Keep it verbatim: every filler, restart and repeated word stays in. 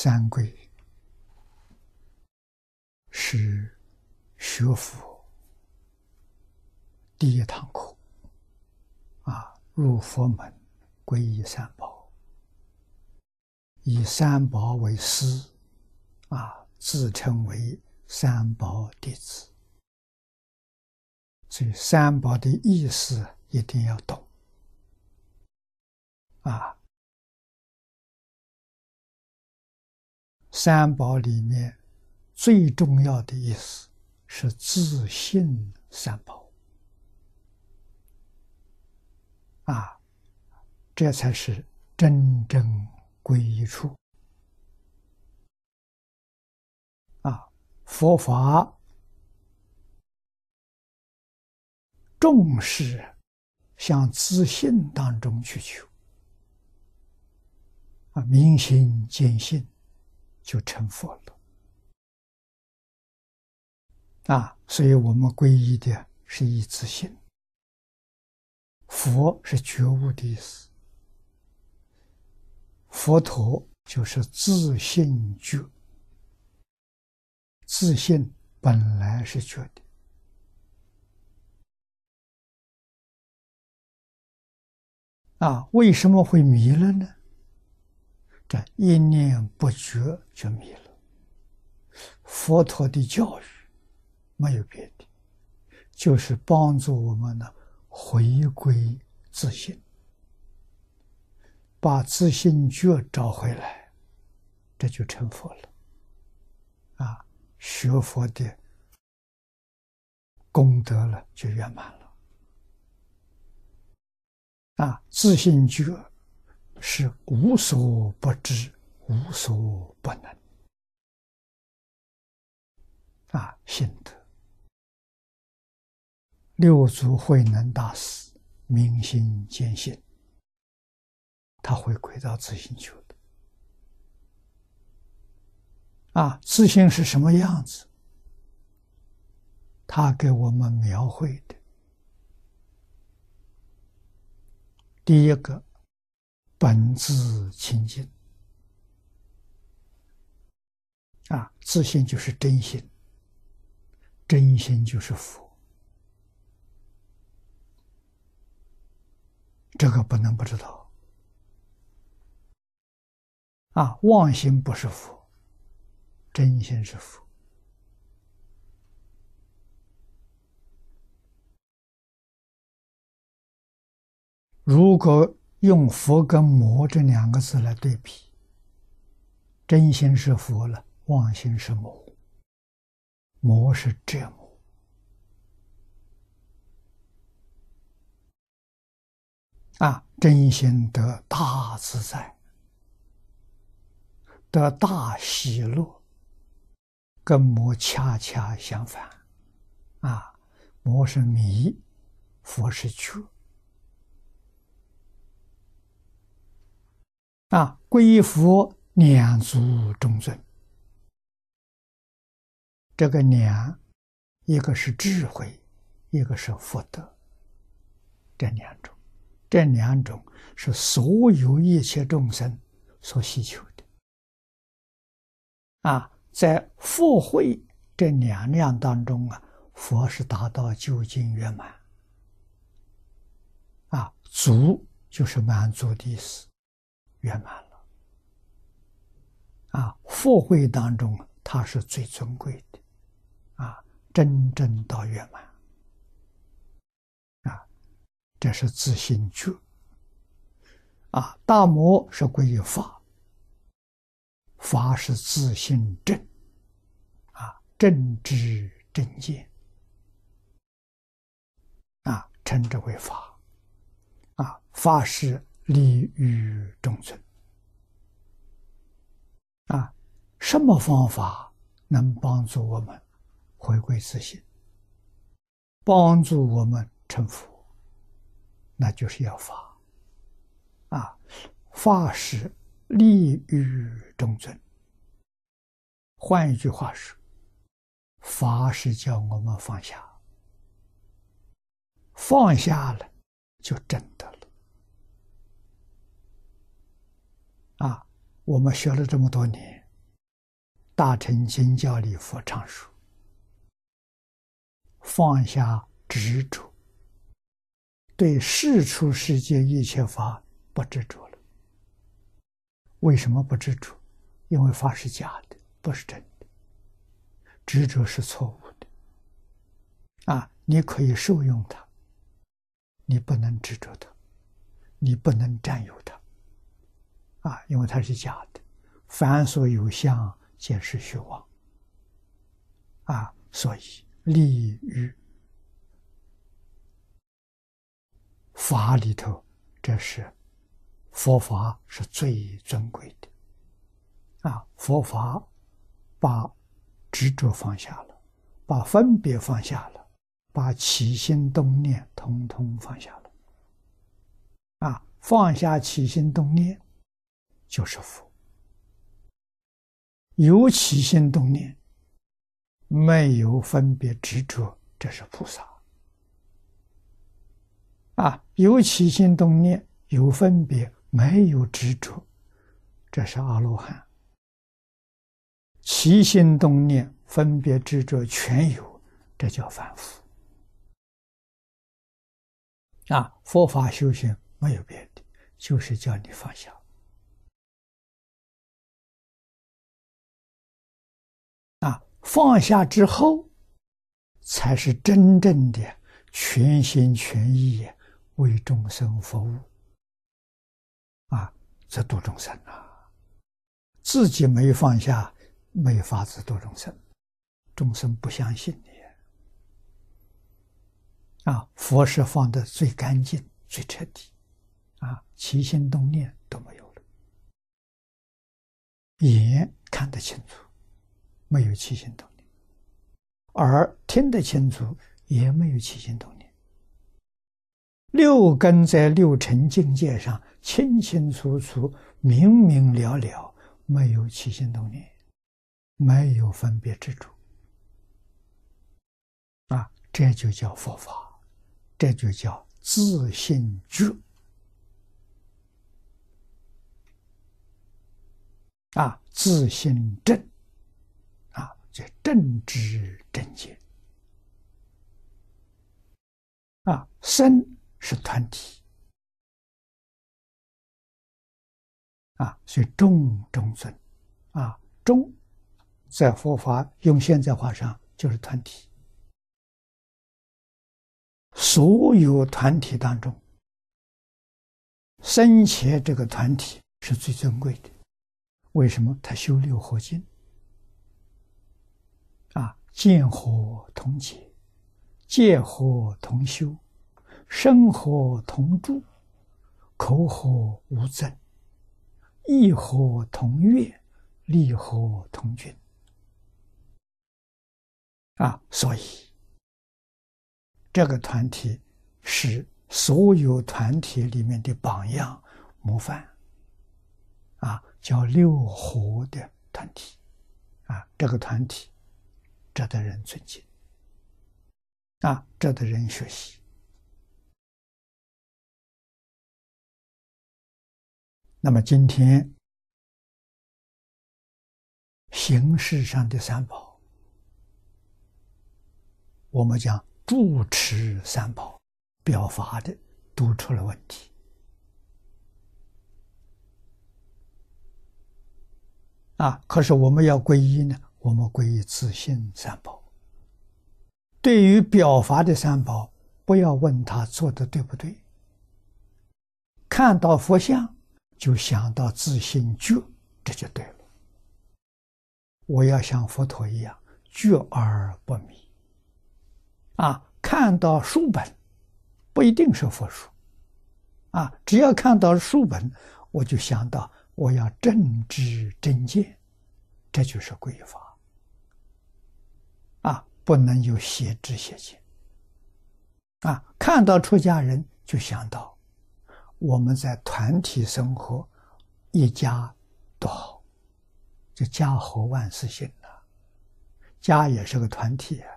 三皈是学佛第一堂课啊，入佛门皈依三宝，以三宝为师啊，自称为三宝弟子。所以三宝的意思一定要懂啊。三宝里面最重要的意思是自信三宝啊，这才是真正皈依处啊。佛法重视向自信当中去求啊，明心见性就成佛了啊。所以我们皈依的是一自性，佛是觉悟的意思，佛陀就是自性觉，自性本来是觉的啊，为什么会迷了呢？这一念不觉就迷了。佛陀的教育没有别的，就是帮助我们呢回归自信，把自信觉找回来，这就成佛了啊！学佛的功德了就圆满了啊！自信觉是无所不知，无所不能啊！信德六祖慧能大师明心见性，他回归到自信觉的啊！自信是什么样子？他给我们描绘的，第一个本自清净啊，自信就是真心，真心就是佛，这个不能不知道啊。妄心不是佛，真心是佛。如果用佛跟魔这两个字来对比，真心是佛了，妄心是魔，魔是折磨啊。真心得大自在，得大喜乐，跟魔恰恰相反啊。魔是迷，佛是觉啊。皈依佛两足中尊，这个两，一个是智慧，一个是福德，这两种，这两种是所有一切众生所希求的啊。在佛慧这两样当中啊，佛是达到究竟圆满啊。足就是满足的意思，圆满了啊。佛慧当中它是最尊贵的啊，真正到圆满啊，这是自性觉啊。大摩是归于法，法是自性正啊，正知正见啊，称之为法啊。法是利于众生啊。什么方法能帮助我们回归自信，帮助我们成佛？那就是要法啊。法是利于众生，换一句话说，法是叫我们放下，放下了就真的了啊。我们学了这么多年， 大乘经教里佛常说，放下执着，对世出世界一切法不执着了。为什么不执着？因为法是假的，不是真的。执着是错误的。啊，你可以受用它，你不能执着它，你不能占有它。啊，因为它是假的。凡所有相，皆是虚妄。啊，所以利于法里头，这是佛法是最尊贵的。啊，佛法把执着放下了，把分别放下了，把起心动念统统放下了。啊，放下起心动念就是佛。有起心动念，没有分别执着，这是菩萨。啊，有起心动念，有分别，没有执着，这是阿罗汉。起心动念、分别执着全有，这叫凡夫。啊，佛法修行没有别的，就是叫你放下。啊，放下之后，才是真正的全心全意为众生服务。啊，这度众生啊，自己没放下，没法子度众生，众生不相信你。啊，佛是放得最干净、最彻底。啊，起心动念都没有了，眼看得清楚，没有起心动念；耳听得清楚，也没有起心动念。六根在六尘境界上清清楚楚、明明了了，没有起心动念，没有分别执着。啊，这就叫佛法，这就叫自性觉。啊，自性正。啊，这正知正见。啊，身是团体。啊，所以众中尊。啊，众在佛法用现在话上就是团体。所有团体当中，僧伽这个团体是最尊贵的。为什么？他修六合敬。啊，见合同解，戒合同修，身合同住，口合无争，意合同悦，力合同均。啊，所以这个团体是所有团体里面的榜样模范。啊，叫六合的团体。啊，这个团体值得人尊敬。啊，值得人学习。那么今天形式上的三宝，我们讲住持三宝表法的都出了问题。啊，可是我们要皈依呢，我们皈依自性三宝。对于表法的三宝，不要问他做的对不对，看到佛像就想到自性觉，这就对了。我要像佛陀一样觉而不迷。啊，看到书本不一定是佛书。啊，只要看到书本，我就想到我要正知正见，这就是皈依法。啊，不能有邪知邪见。啊，看到出家人就想到我们在团体生活，一家多好，就家和万事兴了。家也是个团体啊。